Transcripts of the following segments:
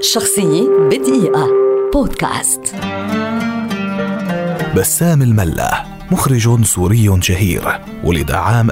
شخصية بدقيقة بودكاست. بسام الملة مخرج سوري شهير، ولد عام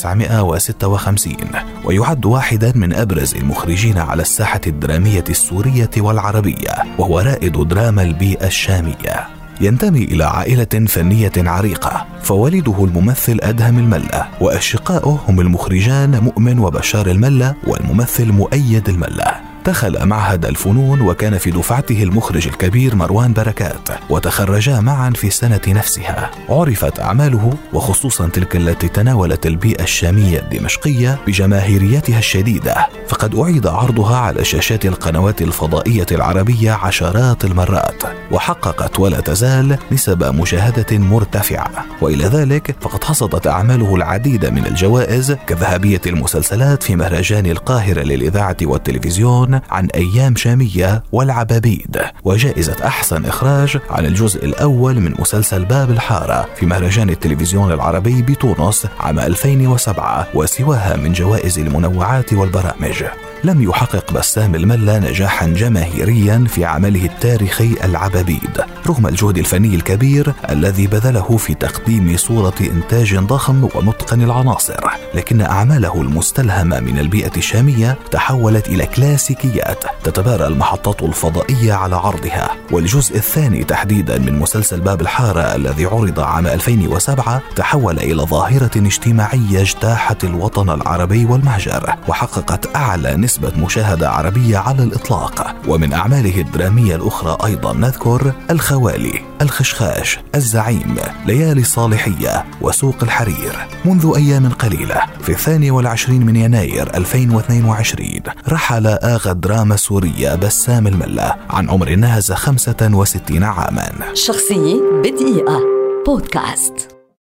1956 ويعد واحدا من أبرز المخرجين على الساحة الدرامية السورية والعربية، وهو رائد دراما البيئة الشامية. ينتمي إلى عائلة فنية عريقة، فوالده الممثل أدهم الملة، وأشقاؤه هم المخرجان مؤمن وبشار الملة والممثل مؤيد الملة. دخل معهد الفنون وكان في دفعته المخرج الكبير مروان بركات، وتخرجا معا في السنة نفسها. عرفت أعماله وخصوصا تلك التي تناولت البيئة الشامية الدمشقية بجماهيريتها الشديدة، فقد أعيد عرضها على شاشات القنوات الفضائية العربية عشرات المرات، وحققت ولا تزال نسب مشاهدة مرتفعة. وإلى ذلك فقد حصدت أعماله العديد من الجوائز كذهبية المسلسلات في مهرجان القاهرة للإذاعة والتلفزيون عن أيام شامية والعبابيد، وجائزة أحسن إخراج عن الجزء الأول من مسلسل باب الحارة في مهرجان التلفزيون العربي بتونس عام 2007، وسواها من جوائز المنوعات والبرامج. لم يحقق بسام الملة نجاحا جماهيريا في عمله التاريخي العبابيد رغم الجهد الفني الكبير الذي بذله في تقديم صورة إنتاج ضخم ومتقن العناصر، لكن أعماله المستلهمة من البيئة الشامية تحولت إلى كلاسيكيات تتبارى المحطات الفضائية على عرضها. والجزء الثاني تحديدا من مسلسل باب الحارة الذي عرض عام 2007 تحول إلى ظاهرة اجتماعية اجتاحت الوطن العربي والمهجر، وحققت أعلى نسبة مشاهدة عربية على الإطلاق. ومن أعماله الدرامية الأخرى أيضا نذكر الخوالي، الخشخاش، الزعيم، ليالي الصالحية، وسوق الحرير. منذ أيام قليلة في 22 من يناير 2022 رحل آغا الدراما السورية بسام الملة عن عمر ناهز 65 عاما. شخصية بدقيقة بودكاست.